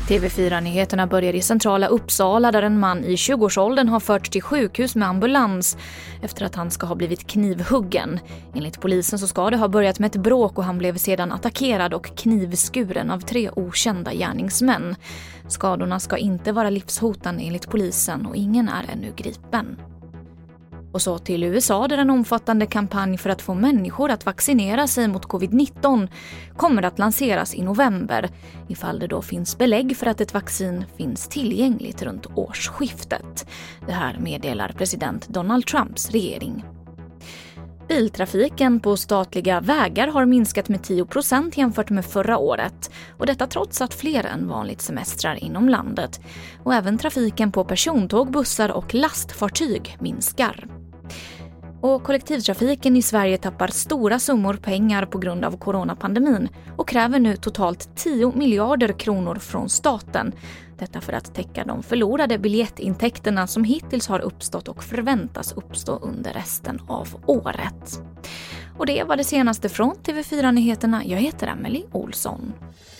TV4-nyheterna börjar i centrala Uppsala där en man i 20-årsåldern har förts till sjukhus med ambulans efter att han ska ha blivit knivhuggen. Enligt polisen så ska det ha börjat med ett bråk och han blev sedan attackerad och knivskuren av 3 okända gärningsmän. Skadorna ska inte vara livshotande enligt polisen och ingen är ännu gripen. Och så till USA där en omfattande kampanj för att få människor att vaccinera sig mot covid-19 kommer att lanseras i november ifall det då finns belägg för att ett vaccin finns tillgängligt runt årsskiftet. Det här meddelar president Donald Trumps regering. Biltrafiken på statliga vägar har minskat med 10% jämfört med förra året och detta trots att fler än vanligt semestrar inom landet. Och även trafiken på persontåg, bussar och lastfartyg minskar. Och kollektivtrafiken i Sverige tappar stora summor pengar på grund av coronapandemin och kräver nu totalt 10 miljarder kronor från staten. Detta för att täcka de förlorade biljettintäkterna som hittills har uppstått och förväntas uppstå under resten av året. Och det var det senaste från TV4-nyheterna. Jag heter Emily Olsson.